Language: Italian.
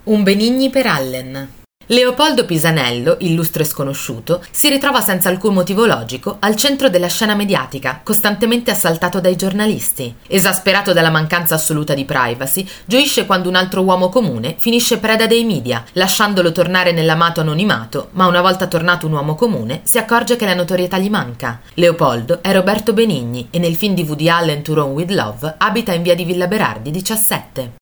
Un Benigni per Allen. Leopoldo Pisanello, illustre sconosciuto, si ritrova senza alcun motivo logico al centro della scena mediatica, costantemente assaltato dai giornalisti. Esasperato dalla mancanza assoluta di privacy, gioisce quando un altro uomo comune finisce preda dei media, lasciandolo tornare nell'amato anonimato, ma una volta tornato un uomo comune si accorge che la notorietà gli manca. Leopoldo è Roberto Benigni e nel film di Woody Allen To Rome with Love abita in via di Villa Berardi 17.